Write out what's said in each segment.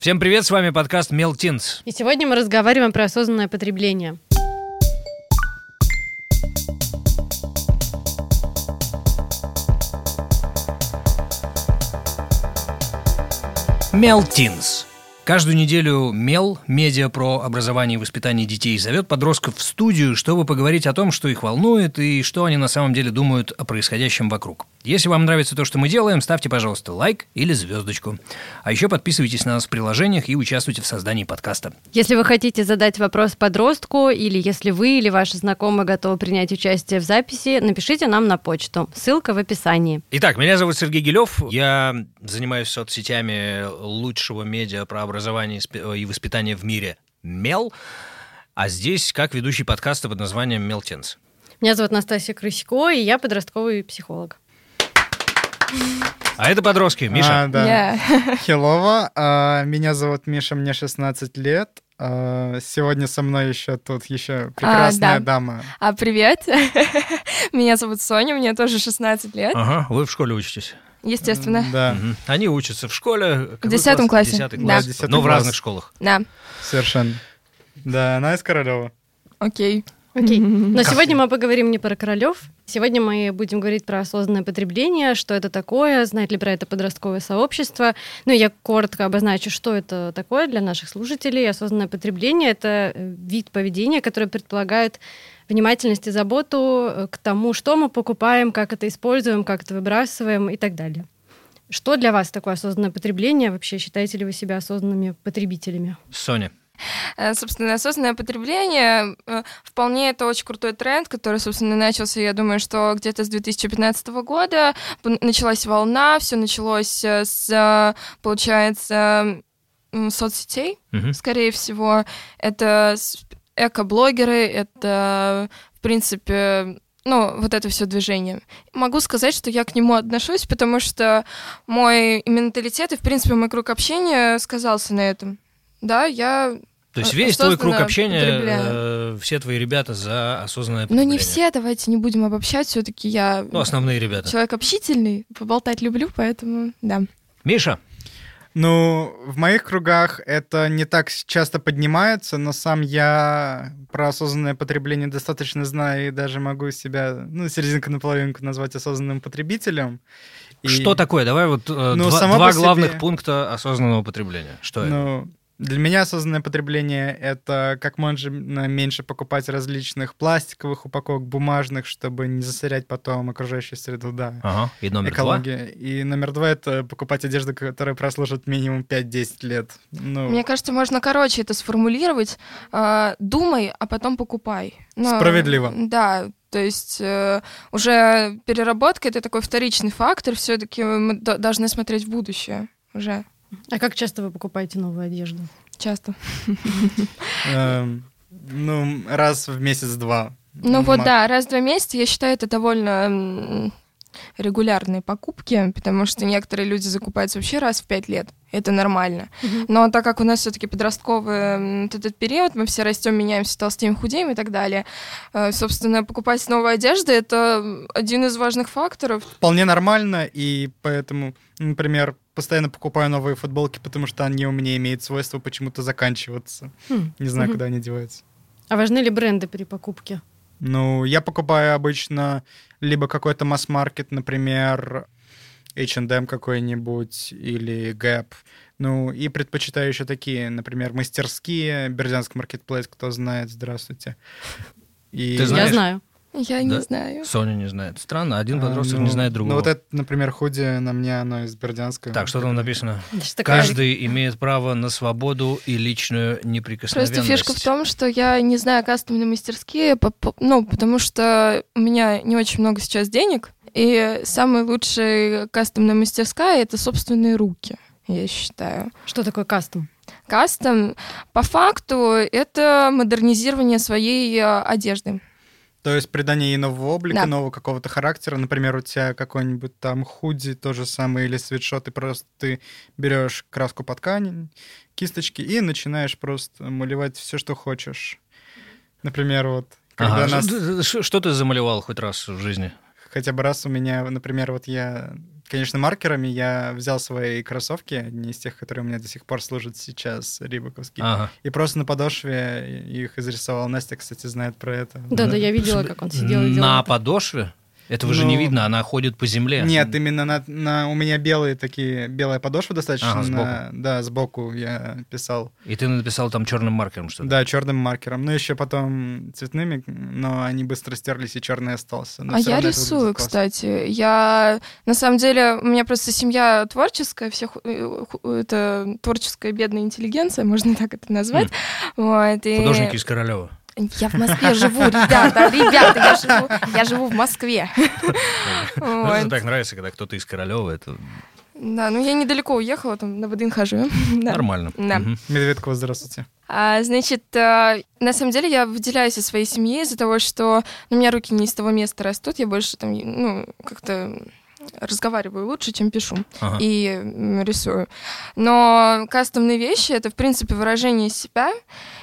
Всем привет, с вами подкаст Мелтинс. И сегодня мы разговариваем про осознанное потребление. Мелтинс. Каждую неделю Мел, медиа про образование и воспитание детей, зовет подростков в студию, чтобы поговорить о том, что их волнует и что они на самом деле думают о происходящем вокруг. Если вам нравится то, что мы делаем, ставьте, пожалуйста, лайк или звездочку. А еще подписывайтесь на нас в приложениях и участвуйте в создании подкаста. Если вы хотите задать вопрос подростку, или если вы или ваши знакомые готовы принять участие в записи, напишите нам на почту. Ссылка в описании. Итак, меня зовут Сергей Гилев. Я занимаюсь соцсетями лучшего медиа про образование и воспитание в мире Мел. А здесь как ведущий подкаста под названием Мелтинс. Меня зовут Настасья Крысько, и я подростковый психолог. А это подростки. Миша. Да. Хелова. Меня зовут Миша, мне 16 лет. Сегодня со мной еще прекрасная дама. Привет. Меня зовут Соня, мне тоже 16 лет. Ага, вы в школе учитесь? Естественно. Да. Угу. Они учатся в школе. В 10 классе. 10 класс. Да. Но в разных школах. Да. Совершенно. Да, она из Королева. Окей. Но сегодня мы поговорим не про Королёв. Сегодня мы будем говорить про осознанное потребление, что это такое, знает ли про это подростковое сообщество. Я коротко обозначу, что это такое для наших слушателей. Осознанное потребление — это вид поведения, который предполагает внимательность и заботу к тому, что мы покупаем, как это используем, как это выбрасываем и так далее. Что для вас такое осознанное потребление? Вообще, считаете ли вы себя осознанными потребителями? Соня. Собственно, осознанное потребление вполне это очень крутой тренд, который, собственно, начался, я думаю, что где-то с 2015 года началась волна, все началось с, получается, соцсетей, скорее всего. Это эко-блогеры, это, в принципе, вот это все движение. Могу сказать, что я к нему отношусь, потому что мой менталитет и, в принципе, мой круг общения сказался на этом. Да, я... То есть весь твой круг общения, все твои ребята за осознанное потребление? Не все, давайте не будем обобщать, все-таки я... основные ребята. Человек общительный, поболтать люблю, поэтому да. Миша? В моих кругах это не так часто поднимается, но сам я про осознанное потребление достаточно знаю и даже могу себя, серединка на половинку назвать осознанным потребителем. Что такое? Давай два главных пункта осознанного потребления. Что это? Для меня осознанное потребление — это как можно меньше покупать различных пластиковых упаковок, бумажных, чтобы не засорять потом окружающую среду, да. Ага. И номер экология. И номер 2 — это покупать одежду, которая прослужит минимум 5-10 лет. Мне кажется, можно короче это сформулировать. Думай, а потом покупай. Справедливо. Да, то есть уже переработка — это такой вторичный фактор, все-таки мы должны смотреть в будущее уже. А как часто вы покупаете новую одежду? Часто. Раз в месяц-два. Раз в 2 месяца, я считаю, это довольно регулярные покупки, потому что некоторые люди закупаются вообще раз в 5 лет. Это нормально. Но так как у нас все-таки подростковый этот период, мы все растем, меняемся, толстеем, худеем и так далее, собственно, покупать новую одежду — это один из важных факторов. Вполне нормально, и поэтому, например, постоянно покупаю новые футболки, потому что они у меня имеют свойство почему-то заканчиваться. Не знаю, куда они деваются. А важны ли бренды при покупке? Я покупаю обычно либо какой-то масс-маркет, например, H&M какой-нибудь или Gap. И предпочитаю еще такие, например, мастерские, Бердянский маркетплейс, кто знает, здравствуйте. Ты знаешь? Я знаю. Я не знаю. Соня не знает. Странно, один подросток не знает другого. Вот это, например, худи на мне, оно из Бердянска. Так, что там написано? Каждый имеет право на свободу и личную неприкосновенность. Просто фишка в том, что я не знаю кастомные мастерские, потому что у меня не очень много сейчас денег, и самая лучшая кастомная мастерская — это собственные руки, я считаю. Что такое кастом? Кастом, по факту, это модернизирование своей одежды. То есть придание ей нового облика, нового какого-то характера. Например, у тебя какой-нибудь там худи, то же самое, или свитшот, и просто ты берешь краску по ткани, кисточки, и начинаешь просто малевать все, что хочешь. Например, Что ты замалевал хоть раз в жизни? Хотя бы раз у меня, например, я конечно, маркерами. Я взял свои кроссовки, одни из тех, которые у меня до сих пор служат сейчас, рибаковские, и просто на подошве их изрисовал. Настя, кстати, знает про это. Да, я видела, как он сидел и делал На это. подошве? Этого же не видно, она ходит по земле. Нет, именно у меня белая подошва достаточно. Сбоку. Сбоку я писал. И ты написал там черным маркером что-то? Да, черным маркером. Ну, еще потом цветными, но они быстро стерлись, и черный остался. Но я рисую, кстати. Я, на самом деле, у меня просто семья творческая, это творческая бедная интеллигенция, можно так это назвать. Художники из Королева. Я в Москве живу, ребята, я живу в Москве. Мне так нравится, когда кто-то из Королева, это... Да, я недалеко уехала, там на ВДНХ живем. Нормально. Да. Медведкова, здравствуйте. Значит, на самом деле я выделяюсь из своей семьи из-за того, что у меня руки не из того места растут, я больше там, как-то разговариваю лучше, чем пишу и рисую. Но кастомные вещи — это, в принципе, выражение себя,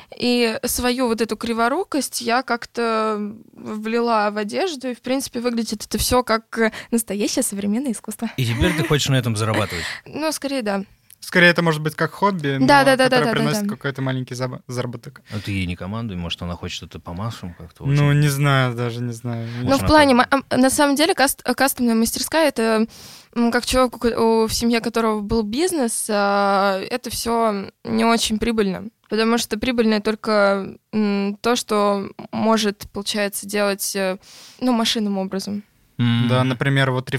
и свою вот эту криворукость я как-то влила в одежду, и, в принципе, выглядит это все как настоящее современное искусство. И теперь ты хочешь на этом зарабатывать? Скорее, да. Скорее, это может быть как хобби, которое приносит какой-то маленький заработок. А ты ей не командуй, может, она хочет это по массам как-то? Не знаю, даже не знаю. В плане, на самом деле, кастомная мастерская — это как человек, в семье которого был бизнес, это все не очень прибыльно. Потому что прибыльное только то, что может, получается, делать машинным образом. Да, например, вот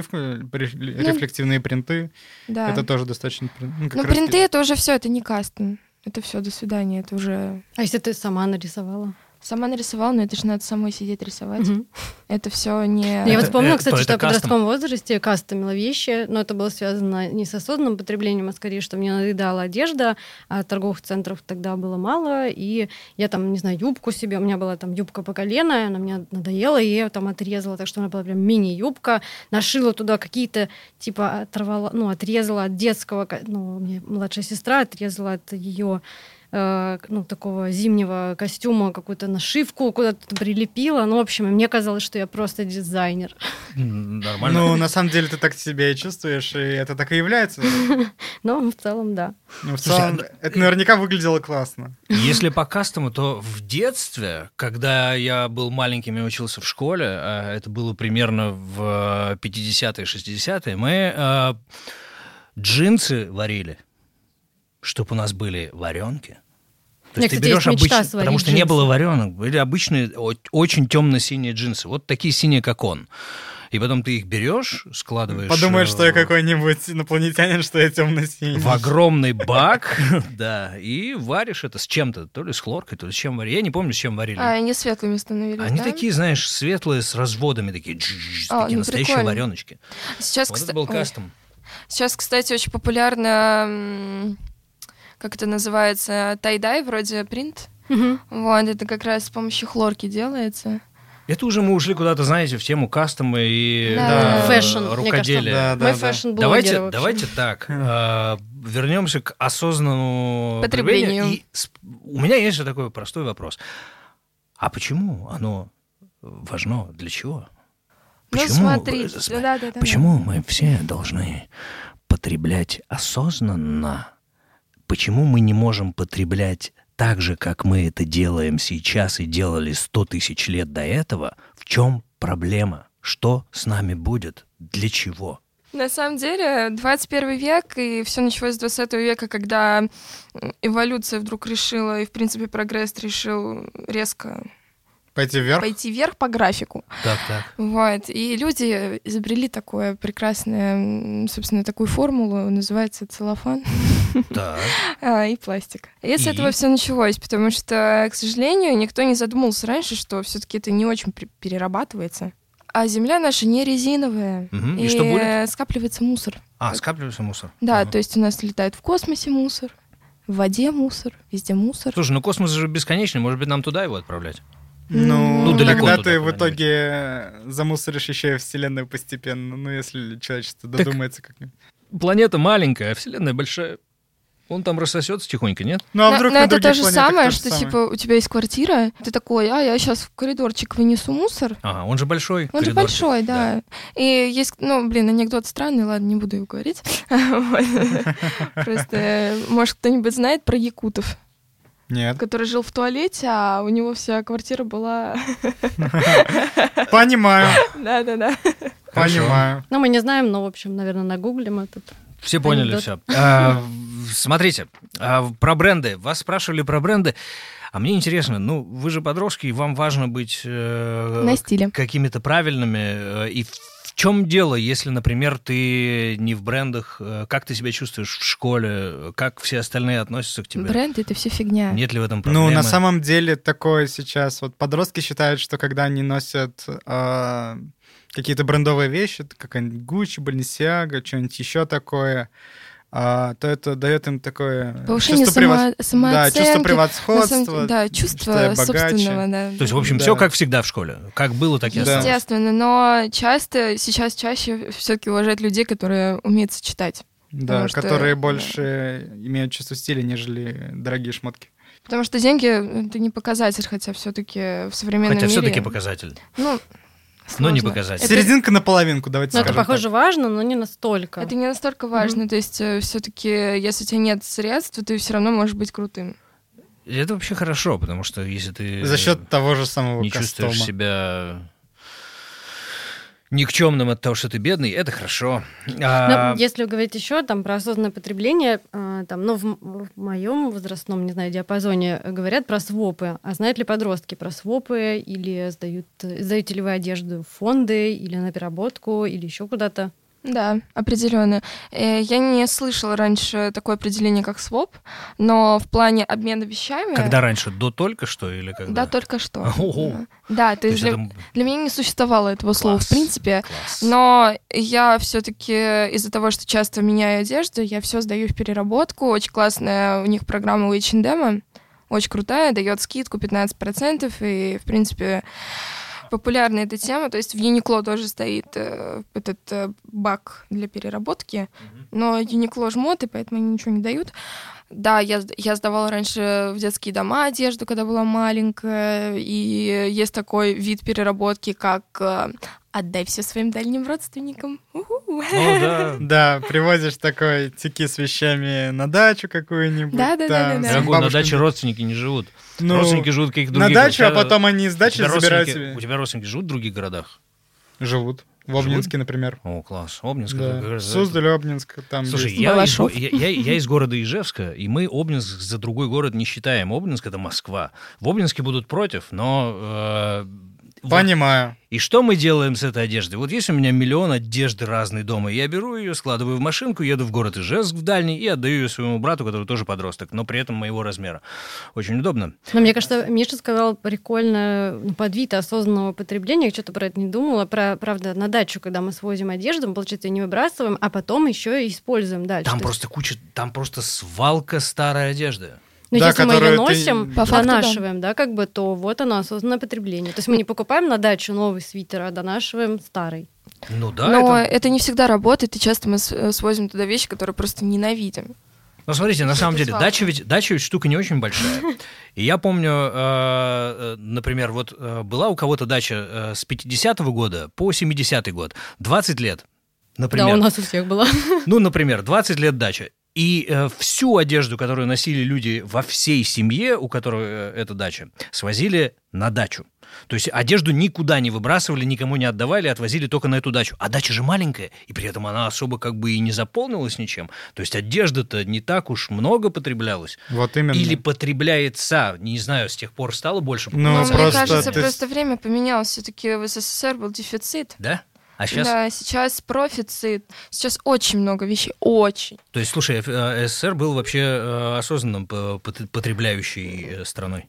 рефлективные принты, это тоже достаточно... принты — это уже все, это не кастом. Это все, до свидания, это уже... А если ты сама нарисовала? Сама нарисовала, но это же надо самой сидеть рисовать. Это все не... Я вот вспомнила, кстати, что я в подростковом возрасте кастомила вещи, но это было связано не с осознанным потреблением, а скорее, что мне надоедала одежда, а торговых центров тогда было мало, и я там, не знаю, юбку себе, у меня была там юбка по колено, она мне надоела, и я ее там отрезала, так что она была прям мини-юбка, нашила туда какие-то, типа, отрезала от детского, мне младшая сестра отрезала от ее такого зимнего костюма какую-то нашивку куда-то прилепила. В общем, мне казалось, что я просто дизайнер. Нормально. На самом деле ты так себя и чувствуешь, и это так и является. В целом, да. В целом, это наверняка выглядело классно. Если по кастому, то в детстве, когда я был маленьким и учился в школе, это было примерно в 50-е, 60-е, мы джинсы варили, чтобы у нас были варенки. То есть ты берешь обычные, потому что не было варенок, были обычные очень темно-синие джинсы, вот такие синие, как он. И потом ты их берешь, складываешь... Подумаешь, что я какой-нибудь инопланетянин, что я темно-синий. В огромный бак, да, и варишь это с чем-то, то ли с хлоркой, то ли с чем варили. Я не помню, с чем варили. Они светлыми становились, Они такие, знаешь, светлые, с разводами, такие настоящие вареночки. Вот это был кастом. Сейчас, кстати, очень популярно... как это называется, тай-дай, вроде принт. Вот, это как раз с помощью хлорки делается. Это уже мы ушли куда-то, знаете, в тему кастома и рукоделия. Мы фэшн-блогеры. Давайте так, вернемся к осознанному потреблению. И у меня есть же такой простой вопрос. А почему оно важно? Для чего? Смотрите. Почему мы все должны потреблять осознанно? Почему мы не можем потреблять так же, как мы это делаем сейчас и делали 100 тысяч лет до этого? В чем проблема? Что с нами будет? Для чего? На самом деле, 21 век, и все началось с 20 века, когда эволюция вдруг решила, и, в принципе, прогресс решил резко... Пойти вверх по графику. Так. Вот. И люди изобрели такое прекрасное, собственно, такую формулу, называется целлофан. И пластик. И с этого все началось, потому что, к сожалению, никто не задумался раньше, что все-таки это не очень перерабатывается. А земля наша не резиновая. И что будет? Скапливается мусор. Скапливается мусор. Да, то есть у нас летает в космосе мусор, в воде мусор, везде мусор. Слушай, космос же бесконечный, может быть, нам туда его отправлять? Далеко тогда ты в итоге замусоришь еще и Вселенную постепенно, если человечество додумается как-нибудь. Планета маленькая, а Вселенная большая. Он там рассосется тихонько, нет? Ну, а вдруг но на это то других же планетах самое, то же что, самое? типа, у тебя есть квартира, ты такой, я сейчас в коридорчик вынесу мусор. Ага, он же большой. Он же коридорчик. большой, да. И есть, анекдот странный, ладно, не буду его говорить. Вот. Просто, может, кто-нибудь знает про якутов, Нет. который жил в туалете, а у него вся квартира была... Понимаю, Да-да-да. понимаю. Ну, мы не знаем, но, в общем, наверное, нагуглим этот. Все поняли Анекдот. все. Смотрите, про бренды. Вас спрашивали про бренды. А мне интересно, вы же подростки, и вам важно быть На стиле. какими-то правильными. И в чем дело, если, например, ты не в брендах? Как ты себя чувствуешь в школе? Как все остальные относятся к тебе? Бренд — это все фигня. Нет ли в этом проблемы? Ну, на самом деле такое сейчас. Вот подростки считают, что когда они носят какие-то брендовые вещи, какая-нибудь Gucci, Balenciaga, что-нибудь еще такое, то это дает им такое Повышение самооценки. самооценки. Да, чувство На превосходства. самом- Да, что чувство я богаче. собственного, да. То есть, в общем, Да. все как всегда в школе. Как было, так и Да. осталось. Естественно, но сейчас чаще все-таки уважать людей, которые умеют сочетать. Да, Потому что- которые больше имеют чувство стиля, нежели дорогие шмотки. Потому что деньги — это не показатель, хотя все-таки в современном Хотя мире... все-таки показатель. Ну, Но не сложно. показатель. Это- Серединка на половинку, давайте Ну, это, скажем похоже, важно, но не настолько. Это не настолько важно. То есть все-таки, если у тебя нет средств, ты все равно можешь быть крутым. Это вообще хорошо, потому что если ты так. За счет того же самого не кастома. чувствуешь себя никчемным от того, что ты бедный, это хорошо. Но если говорить еще там про осознанное потребление, в моем возрастном, не знаю, диапазоне говорят про свопы. А знают ли подростки про свопы? Или сдаете ли вы одежду в фонды, или на переработку, или еще куда-то? Да, определенно. Я не слышала раньше такое определение, как своп, но в плане обмена вещами... Когда раньше? До только что или когда? Да, только что. Ого. Да, то есть это для меня не существовало этого слова класс, в принципе. класс. Но я все-таки из-за того, что часто меняю одежду, я все сдаю в переработку. Очень классная у них программа у H&M, очень крутая, дает скидку 15%, и, в принципе, популярна эта тема. То есть в Uniqlo тоже стоит этот бак для переработки, но Uniqlo жмот, и поэтому они ничего не дают. Да, я сдавала раньше в детские дома одежду, когда была маленькая, и есть такой вид переработки, как «отдай все своим дальним родственникам». У-ху. Ну да. Да, привозишь такой тики с вещами на дачу какую-нибудь. Да. там, с Дорогой, на бабушками. даче родственники не живут. Ну, Родственники живут в каких-то на других... дачу, а у тебя- потом они с у дачи тебя забирают родственники- себе. У тебя родственники живут в других городах? Живут. В Обнинске, например. О, класс. Обнинск. Да. это как раз- Суздаль, Обнинск, там Слушай, есть. Балашов. я из города Ижевска, и мы Обнинск за другой город не считаем. Обнинск — это Москва. В Обнинске будут против, но... вот. Понимаю. И что мы делаем с этой одеждой? Вот есть у меня миллион одежды разной дома, я беру ее, складываю в машинку, еду в город Ижевск в дальний и отдаю ее своему брату, который тоже подросток, но при этом моего размера. Очень удобно. Но мне кажется, Миша сказал прикольно подвид осознанного потребления. Я что-то про это не думала. Правда, на дачу, когда мы свозим одежду, мы, получается, ее не выбрасываем, а потом еще и используем дальше. Там То есть, просто там просто свалка старой одежды. ну, Да, если мы ее которую ты- носим, По факту, да. донашиваем, да, как бы, то вот оно, осознанное потребление. То есть мы не покупаем на дачу новый свитер, а донашиваем старый. Ну да, Но это... это не всегда работает, и часто мы свозим туда вещи, которые просто ненавидим. Ну, смотрите, на самом деле, свалка. дача ведь штука не очень большая. И я помню, например, вот была у кого-то дача с 50-го года по 70-й год, 20 лет, например. Да, у нас у всех было. Ну, например, 20 лет дача. И всю одежду, которую носили люди во всей семье, у которой эта дача, свозили на дачу. То есть одежду никуда не выбрасывали, никому не отдавали, отвозили только на эту дачу. А дача же маленькая, и при этом она особо как бы и не заполнилась ничем. То есть одежды-то не так уж много потреблялось. Вот именно. Или потребляется, не знаю, с тех пор стало больше Ну, Но покупаться. мне просто кажется, ты- просто время поменялось. Все-таки в СССР был дефицит. Да? А сейчас? Да, сейчас профицит. Сейчас очень много вещей. Очень. То есть, слушай, СССР был вообще осознанным потребляющей страной.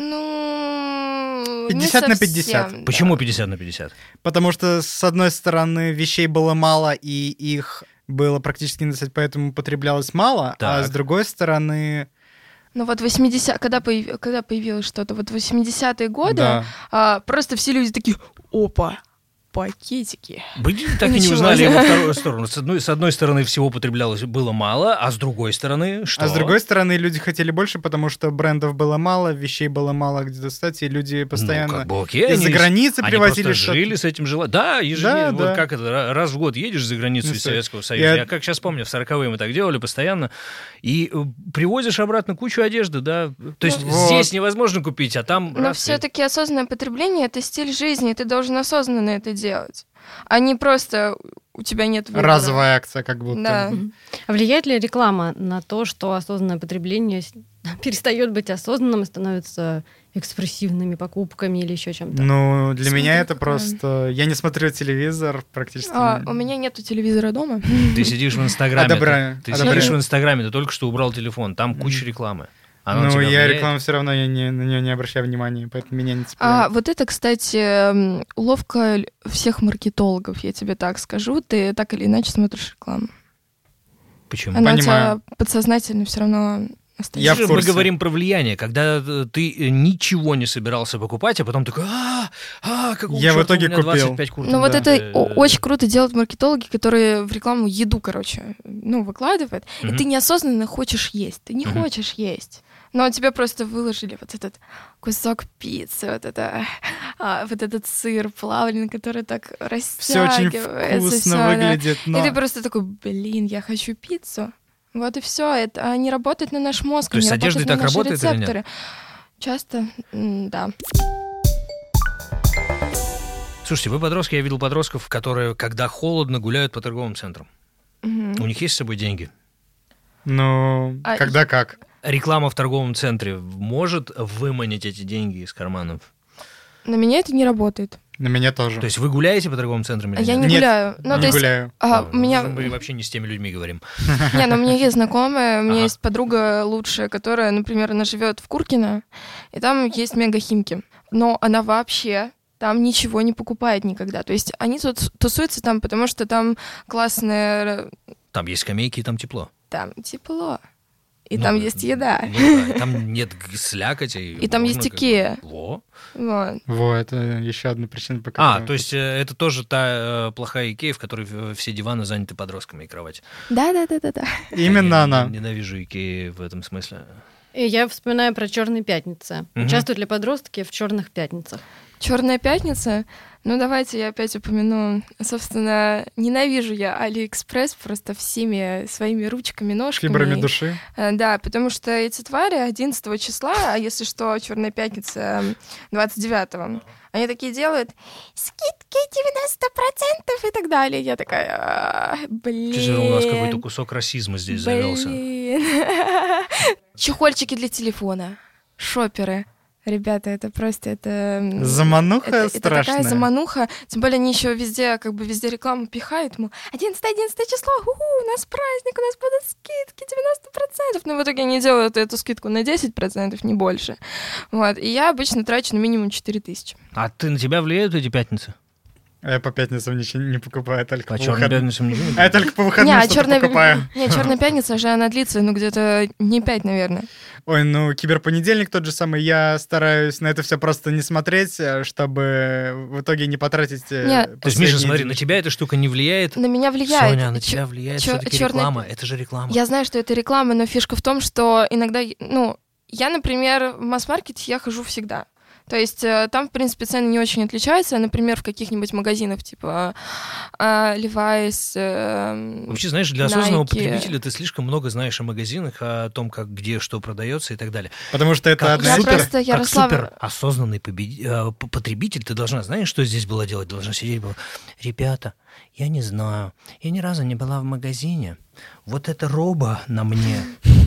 Ну, 50 не на 50. совсем, да. Почему 50 на 50? Потому что, с одной стороны, вещей было мало, и их было практически не достать, поэтому потреблялось мало, а Так. с другой стороны... Ну вот 80 когда появилось что-то, вот 80-е годы, Да. просто все люди такие, опа, пакетики. Вы так и не узнали его вторую сторону. С одной стороны, всего потреблялось было мало, а с другой стороны, что? А с другой стороны, люди хотели больше, потому что брендов было мало, вещей было мало где достать, и люди постоянно из-за границы привозили что-то. Они жили с этим желанием. Да, ежедневно. Да. Вот как это, раз в год едешь за границу из Советского Союза. Я как сейчас помню, в 40-е мы так делали постоянно. И привозишь обратно кучу одежды, да. То есть здесь невозможно купить, а там... Но все-таки осознанное потребление — это стиль жизни, и ты должен осознанно это делать, а не просто у тебя нет выбора. Разовая акция как будто. Да. А влияет ли реклама на то, что осознанное потребление перестает быть осознанным и становится экспрессивными покупками или еще чем-то? Ну, для меня это просто... Я не смотрю телевизор практически. У меня нету телевизора дома. Ты сидишь в Инстаграме. Ты Одобряю. сидишь в Инстаграме, ты только что убрал телефон, там куча рекламы. Ну, я рекламу все равно на нее не обращаю внимания, поэтому меня не цепляет. Вот это, кстати, уловка всех маркетологов, я тебе так скажу. Ты так или иначе смотришь рекламу. Почему? Она у тебя подсознательно все равно остается. Мы говорим про влияние, когда ты ничего не собирался покупать, а потом такой, какого я в итоге купил. 25 курток. Ну вот это очень круто делают маркетологи, которые в рекламу еду, выкладывают, и ты неосознанно хочешь есть, ты не хочешь есть. Но тебе просто выложили вот этот кусок пиццы, вот этот сыр плавленый, который так растягивается. Все очень вкусно выглядит, но... И ты просто такой, я хочу пиццу. Вот и все. Это они работают на наш мозг, то есть они с одеждой работают так на наши работает рецепторы. или нет? Часто, да. Слушайте, вы подростки, я видел подростков, которые, когда холодно, гуляют по торговым центрам. У них есть с собой деньги? Ну, когда как. Реклама в торговом центре может выманить эти деньги из карманов? На меня это не работает. На меня тоже. То есть вы гуляете по торговым центрам или нет? Я не гуляю. Не гуляю. Мы вообще не с теми людьми говорим. Не, но у меня есть знакомая, у меня есть подруга лучшая, которая, например, она живет в Куркино, и там есть Мега-Химки. Но она вообще там ничего не покупает никогда. То есть они тут тусуются там, потому что там классная... Там есть скамейки, и там тепло. Там тепло. И там есть еда. Там нет слякоти. И там есть Икея. Вот, это еще одна причина, по которой... то есть это тоже та плохая Икея, в которой все диваны заняты подростками и кровати. Да. Именно она. Ненавижу Икеи в этом смысле. И я вспоминаю про «Черные пятницы». Участвуют ли подростки в «Черных пятницах»? «Черная пятница»? Ну, давайте я опять упомяну. Собственно, ненавижу я Алиэкспресс просто всеми своими ручками, ножками. Фибрами души. Да, потому что эти твари 11 числа, а если что, «Черная пятница» 29-го, они такие делают скидки 90% и так далее. Я такая, Честно, у нас какой-то кусок расизма здесь завелся. Чехольчики для телефона, шоперы. Ребята, это просто, замануха страшная. Это такая замануха. Тем более они еще везде рекламу пихают. Мол, 11 число, у нас праздник, у нас будут скидки 90%. Но в итоге они делают эту скидку на 10%, не больше. Вот. И я обычно трачу на минимум 4000. А на тебя влияют эти пятницы? Я по пятницам ничего не покупаю, только по выходным. Пятницам ничего не покупаю? Я только по выходным что-то покупаю. «Черная пятница» же, она длится, где-то не 5, наверное. Ой, киберпонедельник тот же самый. Я стараюсь на это все просто не смотреть, чтобы в итоге не потратить То есть, Миша, смотри, на тебя эта штука не влияет? На меня влияет. Соня, на тебя влияет все-таки реклама. Это же реклама. Я знаю, что это реклама, но фишка в том, что иногда... я, например, в масс-маркете я хожу всегда. То есть там, в принципе, цены не очень отличаются. Например, в каких-нибудь магазинах типа Levi's, Вообще, знаешь, для осознанного потребителя ты слишком много знаешь о магазинах, о том, где что продается и так далее. Потому что это супер осознанный потребитель, ты должна, знаешь, что здесь было делать? Должна сидеть, ребята, я не знаю, я ни разу не была в магазине. Вот эта роба на мне.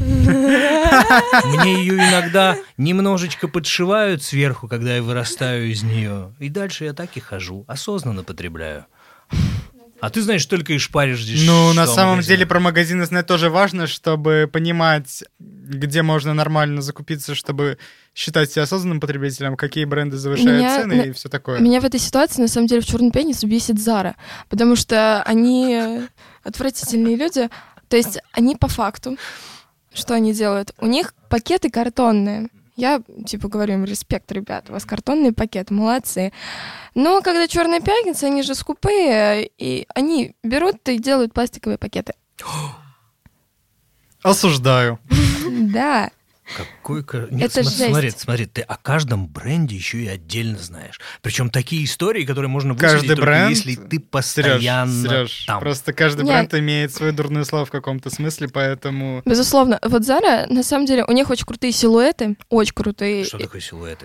Мне ее иногда немножечко подшивают сверху, когда я вырастаю из нее. И дальше я так и хожу, осознанно потребляю. А ты, знаешь, только и шпаришь здесь. На самом деле про магазины знать тоже важно, чтобы понимать, где можно нормально закупиться, чтобы считать себя осознанным потребителем, какие бренды завышают цены и все такое. Меня в этой ситуации, на самом деле, в «Черную пятницу» бесит Zara, потому что они отвратительные люди. То есть они по факту, что они делают? У них пакеты картонные. Я, говорю им, респект, ребят, у вас картонный пакет, молодцы. Но когда Черная пятница, они же скупые, и они берут и делают пластиковые пакеты. Осуждаю. Да. Какой... Нет, это жесть. Смотри, ты о каждом бренде еще и отдельно знаешь. Причем такие истории, которые можно выследить Каждый только бренд, если ты постоянно Сереж, там. просто каждый бренд имеет свое дурное слово в каком-то смысле, поэтому... Безусловно. Вот Zara, на самом деле, у них очень крутые силуэты, очень крутые. Что такое силуэты?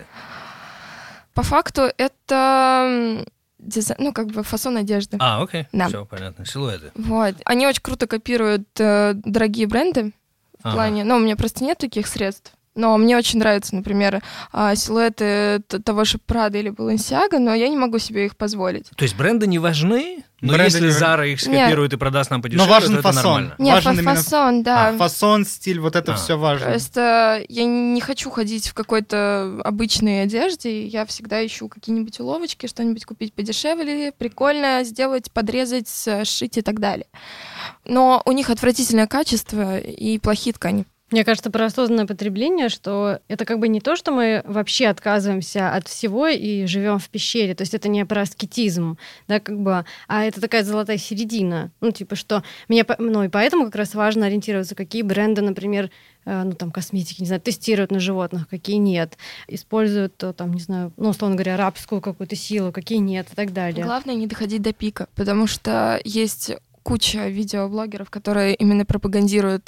По факту это... фасон одежды. Окей, да. Все понятно, силуэты. Вот. Они очень круто копируют дорогие бренды в плане... у меня просто нет таких средств. Но мне очень нравятся, например, силуэты того же Prada или Balenciaga, но я не могу себе их позволить. То есть бренды не важны, но бренды если Zara их скопирует и продаст нам подешевле, но важен то фасон. это нормально. Нет, важен фасон, да. Фасон, стиль, вот это все важно. Просто я не хочу ходить в какой-то обычной одежде, я всегда ищу какие-нибудь уловочки, что-нибудь купить подешевле, прикольно сделать, подрезать, сшить и так далее. Но у них отвратительное качество и плохие ткани. Мне кажется, про осознанное потребление, что это как бы не то, что мы вообще отказываемся от всего и живем в пещере. То есть это не про аскетизм, да, как бы, а это такая золотая середина. Что мне, и поэтому как раз важно ориентироваться, какие бренды, например, косметики, не знаю, тестируют на животных, какие нет, используют, условно говоря, рабскую какую-то силу, какие нет и так далее. Главное не доходить до пика, потому что есть куча видеоблогеров, которые именно пропагандируют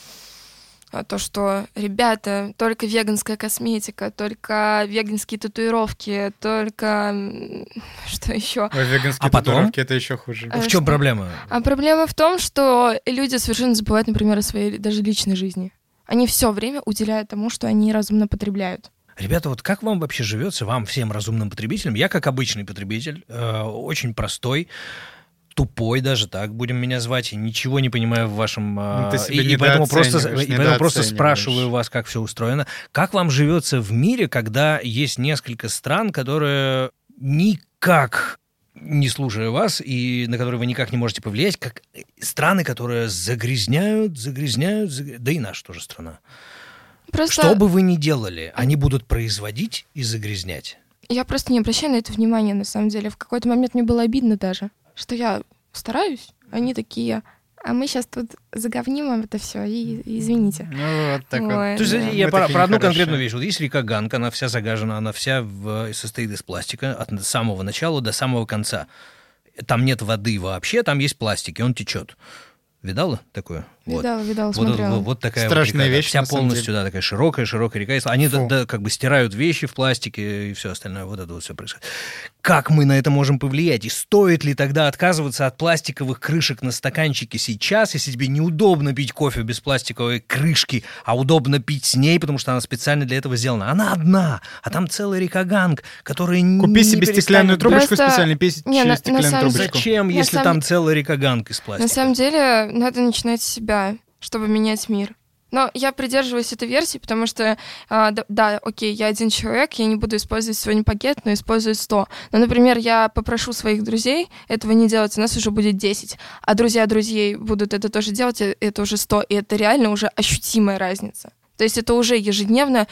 то, что, ребята, только веганская косметика, только веганские татуировки, только... Что еще? Веганские татуировки — это еще хуже. В чем проблема? А проблема в том, что люди совершенно забывают, например, о своей даже личной жизни. Они все время уделяют тому, что они разумно потребляют. Ребята, вот как вам вообще живется, вам, всем разумным потребителям? Я, как обычный потребитель, очень простой, тупой даже, так будем меня звать, и ничего не понимаю в вашем... И поэтому просто спрашиваю вас, как все устроено. Как вам живется в мире, когда есть несколько стран, которые никак, не слушая вас, и на которые вы никак не можете повлиять, как страны, которые загрязняют, да и наша тоже страна. Просто... Что бы вы ни делали, они будут производить и загрязнять. Я просто не обращаю на это внимания, на самом деле. В какой-то момент мне было обидно даже, что я стараюсь, они такие, а мы сейчас тут заговним вам это все, и извините. Вот так вот. То есть я про одну конкретную вещь. Вот есть река Ганг, она вся загажена, она вся состоит из пластика от самого начала до самого конца. Там нет воды вообще, там есть пластик, и он течет. Видала такое? Видала, смотрела. Вот такая страшная река, вещь, вся полностью, такая широкая река. Они как бы стирают вещи в пластике и все остальное. Вот это вот все происходит. Как мы на это можем повлиять? И стоит ли тогда отказываться от пластиковых крышек на стаканчике сейчас, если тебе неудобно пить кофе без пластиковой крышки, а удобно пить с ней, потому что она специально для этого сделана? Она одна, а там целая река Ганг, которая Купи себе стеклянную трубочку специально, пей через стеклянную трубочку. Зачем, если там целая река Ганг из пластика? На самом деле, надо начинать с себя, чтобы менять мир. Но я придерживаюсь этой версии, потому что, окей, я один человек, я не буду использовать сегодня пакет, но использую 100. Но, например, я попрошу своих друзей этого не делать, у нас уже будет 10. А друзья друзей будут это тоже делать, это уже 100. И это реально уже ощутимая разница. То есть это уже ежедневно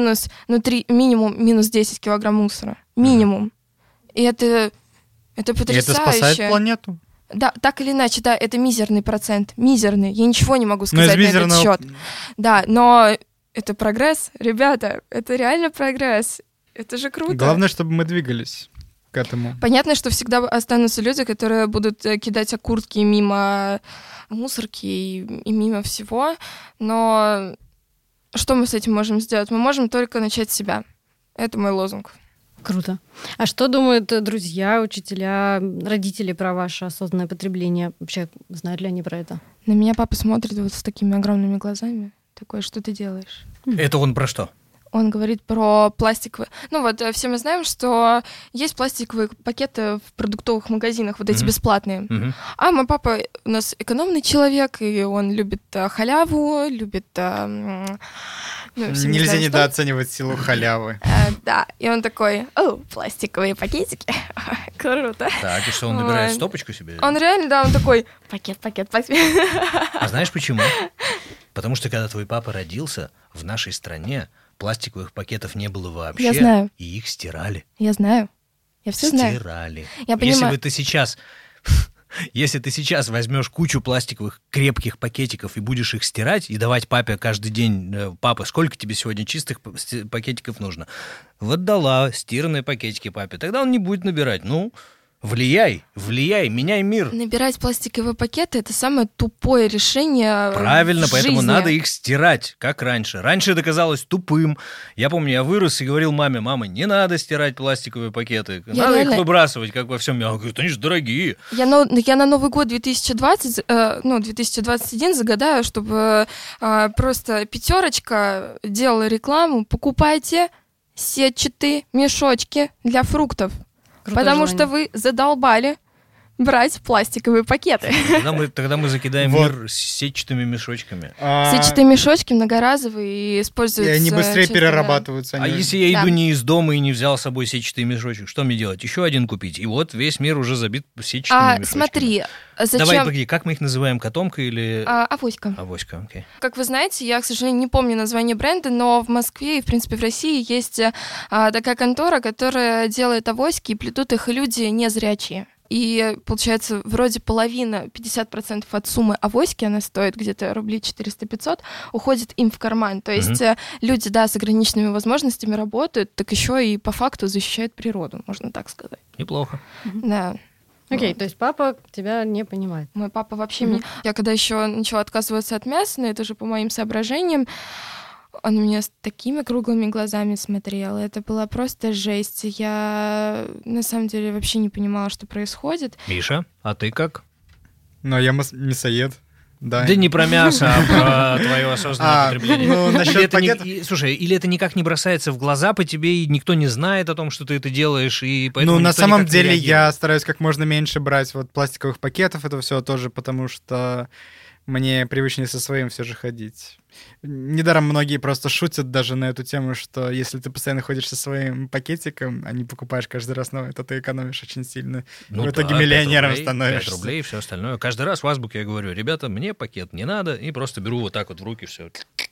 минимум минус 10 килограмм мусора. Минимум. И это потрясающе. И это спасает планету. Да, так или иначе, да, это мизерный процент. Мизерный. Я ничего не могу сказать на этот счет. Да, но это прогресс, ребята, это реально прогресс. Это же круто. Главное, чтобы мы двигались к этому. Понятно, что всегда останутся люди, которые будут кидать окурки мимо мусорки и мимо всего, но что мы с этим можем сделать? Мы можем только начать с себя. Это мой лозунг. Круто. А что думают друзья, учителя, родители про ваше осознанное потребление? Вообще, знают ли они про это? На меня папа смотрит вот с такими огромными глазами. Такой, что ты делаешь? Это он про что? Он говорит про пластиковые... все мы знаем, что есть пластиковые пакеты в продуктовых магазинах, вот эти бесплатные. А мой папа у нас экономный человек, и он любит халяву, любит... Нельзя недооценивать силу халявы. Да, и он такой, пластиковые пакетики, круто. Так, и что, он набирает стопочку себе? Он реально, он такой, пакет. А знаешь почему? Потому что когда твой папа родился, в нашей стране пластиковых пакетов не было вообще. Я знаю. И их стирали. Я знаю. Я все знаю. Стирали. Я понимаю. Если ты сейчас возьмешь кучу пластиковых крепких пакетиков и будешь их стирать и давать папе каждый день: папа, сколько тебе сегодня чистых пакетиков нужно? Вот дала стиранные пакетики папе. Тогда он не будет набирать. Ну, влияй, меняй мир. Набирать пластиковые пакеты — это самое тупое решение. Правильно, в поэтому жизни. надо их стирать, как раньше. Раньше это казалось тупым. Я помню, я вырос и говорил маме: мама, не надо стирать пластиковые пакеты. Надо их выбрасывать, как во всем мире. Она говорит: они же дорогие. Я на Новый год 2021 загадаю, чтобы просто пятерочка делала рекламу. Покупайте сетчатые мешочки для фруктов. Крутое Потому желание. что вы задолбали брать пластиковые пакеты. Тогда мы закидаем мир сетчатыми мешочками. Сетчатые мешочки многоразовые и используются... И они быстрее часто, перерабатываются. А если я иду не из дома и не взял с собой сетчатый мешочек, что мне делать? Еще один купить. И вот весь мир уже забит сетчатыми мешочками. Смотри, зачем... Давай, погоди, как мы их называем? Котомка или... Авоська. Авоська, окей. Как вы знаете, я, к сожалению, не помню название бренда, но в Москве и, в принципе, в России есть такая контора, которая делает авоськи, и плетут их люди незрячие. И, получается, вроде половина, 50% от суммы авоськи, она стоит где-то рублей 400-500, уходит им в карман. То есть люди, да, с ограниченными возможностями работают, так еще и по факту защищают природу, можно так сказать. Неплохо. Да. Окей, то есть папа тебя не понимает. Мой папа вообще меня... Я когда еще начала отказываться от мяса, но это же по моим соображениям, он на меня с такими круглыми глазами смотрел. Это была просто жесть. Я на самом деле вообще не понимала, что происходит. Миша, а ты как? Но я мясоед. Да. Да не про мясо, а про твое осознанное потребление. Ну, насчет пакетов... Слушай, или это никак не бросается в глаза по тебе, и никто не знает о том, что ты это делаешь, и поэтому на никто самом никак не деле реагирует? я стараюсь как можно меньше брать вот пластиковых пакетов, это все тоже, потому что мне привычнее со своим все же ходить. Недаром многие просто шутят даже на эту тему, что если ты постоянно ходишь со своим пакетиком, а не покупаешь каждый раз новый, то ты экономишь очень сильно. В итоге миллионером 5 становишься. 5 рублей и все остальное. Каждый раз в азбуке я говорю: ребята, мне пакет не надо, и просто беру вот так вот в руки все.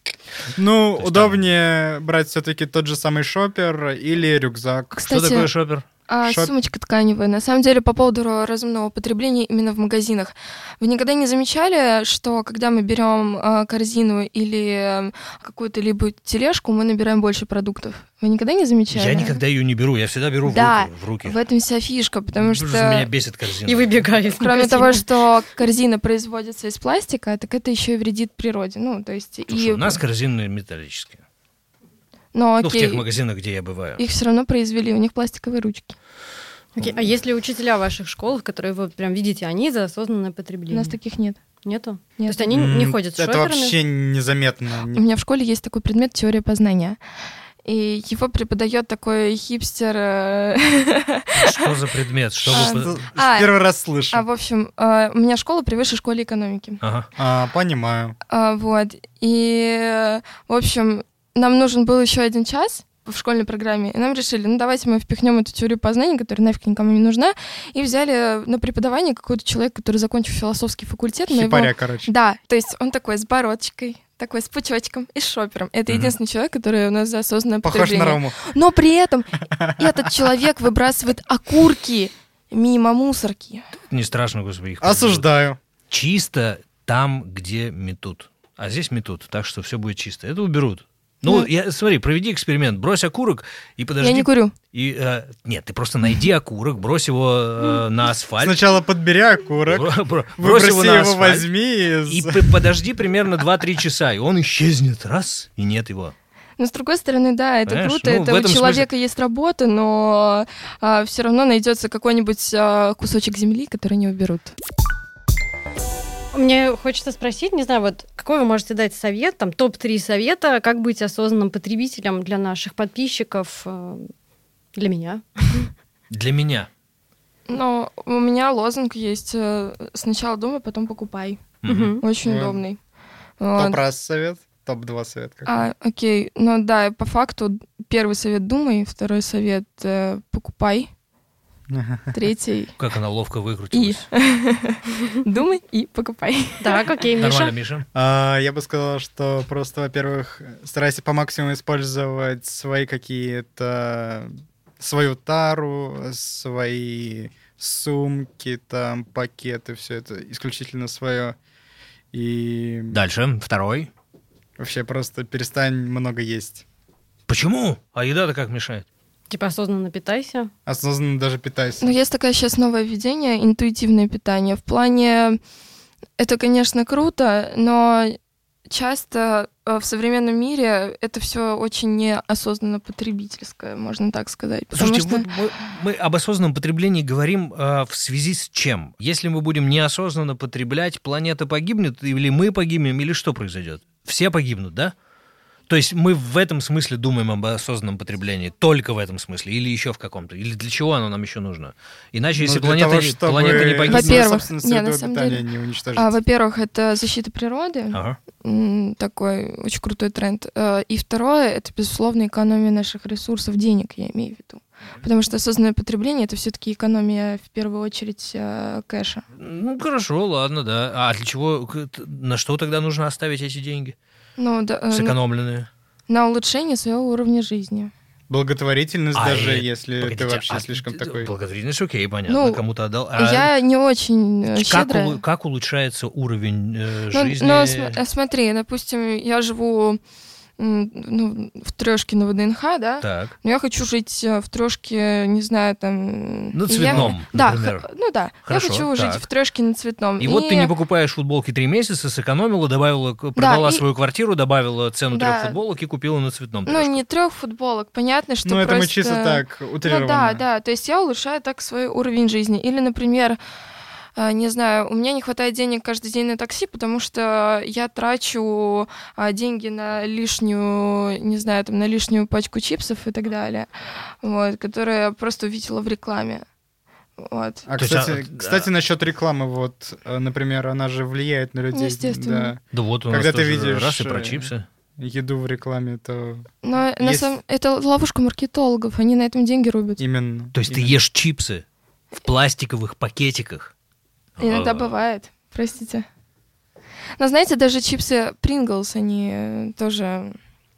Ну, удобнее брать все-таки тот же самый шопер или рюкзак. Кстати, Что такое шопер? Сумочка тканевая. На самом деле, по поводу разумного потребления именно в магазинах. Вы никогда не замечали, что когда мы берем корзину или какую-то либо тележку, мы набираем больше продуктов? Вы никогда не замечали? Я никогда ее не беру, я всегда беру в руки. В этом вся фишка, потому что... Меня бесит корзина. И выбегает из Кроме магазина. того, что корзина производится из пластика, так это еще и вредит природе. Ну, то есть... Слушай, у нас корзины металлические. Но, в тех магазинах, где я бываю. Их все равно произвели, у них пластиковые ручки. Окей, а есть ли учителя в ваших школах, которые вы прям видите, они за осознанное У потребление? нас таких нет. Нету? Нет. То есть они не ходят с Это шоперами? вообще незаметно. У меня в школе есть такой предмет «Теория познания». И его преподает такой хипстер... Что за предмет? Что вы... Первый раз слышу. в общем, у меня школа при высшей школе экономики. Ага. Понимаю. Вот. И, в общем, нам нужен был еще 1 час в школьной программе, и нам решили, ну давайте мы впихнем эту теорию познания, которая нафиг никому не нужна, и взяли на преподавание какой-то человек, который закончил философский факультет. Хипаря, короче. Да, то есть он такой с бородочкой, такой с пучочком и с шопером. Это единственный человек, который у нас за осознанное потребление. Похож на Рому. Но при этом этот человек выбрасывает окурки мимо мусорки. Не страшно, господи. Их Осуждаю. Чисто там, где метут. А здесь метут, так что все будет чисто. Это уберут. Ну, смотри, проведи эксперимент. Брось окурок и подожди. Я не курю. Нет, ты просто найди окурок, брось его на асфальт. Сначала подбери окурок, Брось его на асфальт. возьми И подожди примерно 2-3 часа, и он исчезнет. Раз, и нет его. Но с другой стороны, да, это Понимаешь? круто, Ну, это в у этом человека есть работа, но все равно найдется какой-нибудь кусочек земли, который не уберут. Мне хочется спросить, не знаю, вот какой вы можете дать совет, там топ-3 совета, как быть осознанным потребителем для наших подписчиков, для меня? Для меня. Но у меня лозунг есть: сначала думай, потом покупай. Очень удобный. Топ-раз совет, топ-2 совет. Окей, ну да, по факту первый совет — думай, второй совет — покупай. третий... Как она ловко выкрутилась. Думай и покупай. Так, окей, Миша. Нормально, Миша. Я бы сказал, что просто, во-первых, старайся по максимуму использовать свои какие-то... свою тару, свои сумки, там, пакеты, все это исключительно свое. И Дальше, второй. вообще просто перестань много есть. Почему? А еда-то как мешает? Типа осознанно питайся. Осознанно даже питайся. Ну, есть такое сейчас новое введение, интуитивное питание. В плане, это, конечно, круто, но часто в современном мире это все очень неосознанно потребительское, можно так сказать. Слушайте, вот мы об осознанном потреблении говорим в связи с чем? Если мы будем неосознанно потреблять, планета погибнет, или мы погибнем, или что произойдет? Все погибнут, да? То есть мы в этом смысле думаем об осознанном потреблении, только в этом смысле, или еще в каком-то? Или для чего оно нам еще нужно? Иначе, если планета не погибнет... Во-первых, на самом деле, не уничтожить. Во-первых, это защита природы, такой очень крутой тренд. И второе, это, безусловно, экономия наших ресурсов, денег, я имею в виду. Потому что осознанное потребление — это все-таки экономия, в первую очередь, кэша. Ну, хорошо, ладно, да. А для чего, на что тогда нужно оставить эти деньги? Сэкономленные. На улучшение своего уровня жизни. Благотворительность даже, если ты вообще слишком такой... Благотворительность, окей, понятно, кому-то отдал. Я не очень щедрая. Как улучшается уровень жизни? Ну, смотри, допустим, я живу в трешке на ВДНХ, да? Так. Но я хочу жить в трешке, не знаю, там... На Цветном, например. Хорошо, я хочу жить в трешке на Цветном. И вот ты не покупаешь футболки 3 месяца, сэкономила, продала свою квартиру, добавила цену 3 футболок и купила на Цветном трешку. Ну, не 3 футболок, понятно, что просто... Ну, это мы чисто так, утрированно. Да, то есть я улучшаю так свой уровень жизни. Или, например... Не знаю, у меня не хватает денег каждый день на такси, потому что я трачу деньги на лишнюю, не знаю, там, на лишнюю пачку чипсов и так далее, вот, которые я просто увидела в рекламе. Вот. Кстати, насчет рекламы, вот, например, она же влияет на людей. Естественно. Да вот у нас когда ты тоже видишь раз и про чипсы. Еду в рекламе, то... Но это ловушка маркетологов, они на этом деньги рубят. Именно. То есть ты ешь чипсы в пластиковых пакетиках? Иногда бывает, простите. Но знаете, даже чипсы Принглс, они тоже,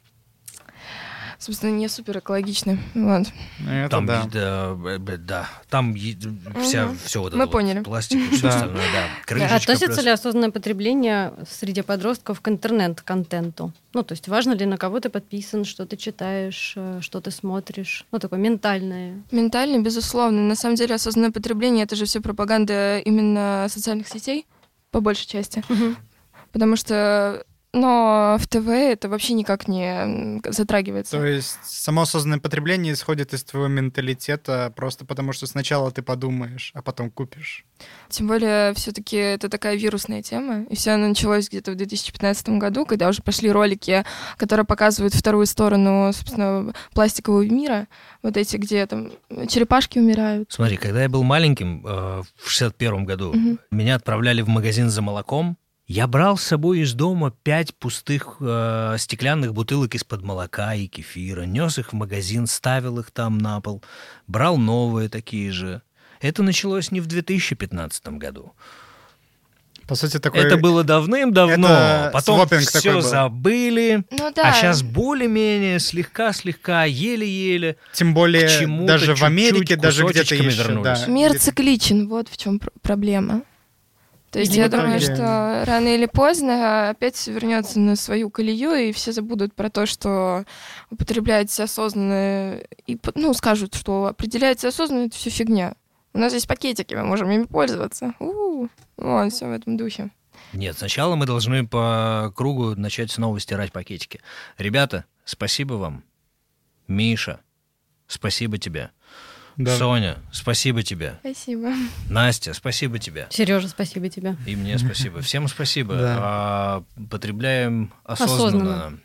собственно, не супер экологичны. Вот. Это там, да. Там все вот это мы поняли. Пластик и все остальное, да. Относится ли осознанное потребление среди подростков к интернет-контенту? Ну, то есть важно ли, на кого ты подписан, что ты читаешь, что ты смотришь? Ну, такое ментальное. Ментально, безусловно. На самом деле осознанное потребление — это же все пропаганда именно социальных сетей, по большей части. Потому что... Но в ТВ это вообще никак не затрагивается. То есть само осознанное потребление исходит из твоего менталитета просто потому, что сначала ты подумаешь, а потом купишь. Тем более все-таки это такая вирусная тема. И все началось где-то в 2015 году, когда уже пошли ролики, которые показывают вторую сторону, собственно, пластикового мира. Вот эти, где там черепашки умирают. Смотри, когда я был маленьким, в 61-м году, меня отправляли в магазин за молоком. Я брал с собой из дома 5 пустых стеклянных бутылок из-под молока и кефира, нес их в магазин, ставил их там на пол, брал новые такие же. Это началось не в 2015 году. По сути, такой... Это было давным-давно, потом все забыли, ну, да. А сейчас более-менее, слегка-слегка, еле-еле. Тем более даже в Америке, даже где-то еще. Да. Мир цикличен, вот в чем проблема. То есть я думаю, что рано или поздно опять все вернется на свою колею, и все забудут про то, что употребляется осознанно, и скажут, что определяется осознанно, это все фигня. У нас есть пакетики, мы можем ими пользоваться. Вот, все в этом духе. Нет, сначала мы должны по кругу начать снова стирать пакетики. Ребята, спасибо вам. Миша, спасибо тебе. Да. Соня, спасибо тебе. Спасибо. Настя, спасибо тебе. Сережа, спасибо тебе. И мне спасибо. Всем спасибо. Потребляем осознанно.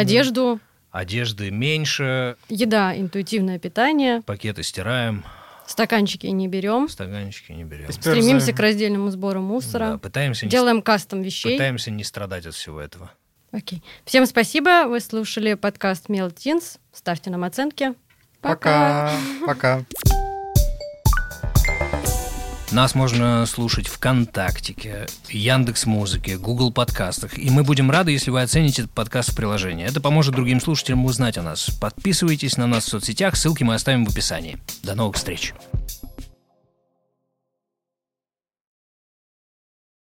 Одежды меньше. Еда, интуитивное питание. Пакеты стираем. Стаканчики не берем. Стремимся к раздельному сбору мусора. Да, делаем кастом вещей. Пытаемся не страдать от всего этого. Окей. Всем спасибо. Вы слушали подкаст Melt Teens. Ставьте нам оценки. Пока. Пока. Нас можно слушать ВКонтакте, Яндекс.Музыке, Google подкастах. И мы будем рады, если вы оцените этот подкаст в приложении. Это поможет другим слушателям узнать о нас. Подписывайтесь на нас в соцсетях, ссылки мы оставим в описании. До новых встреч!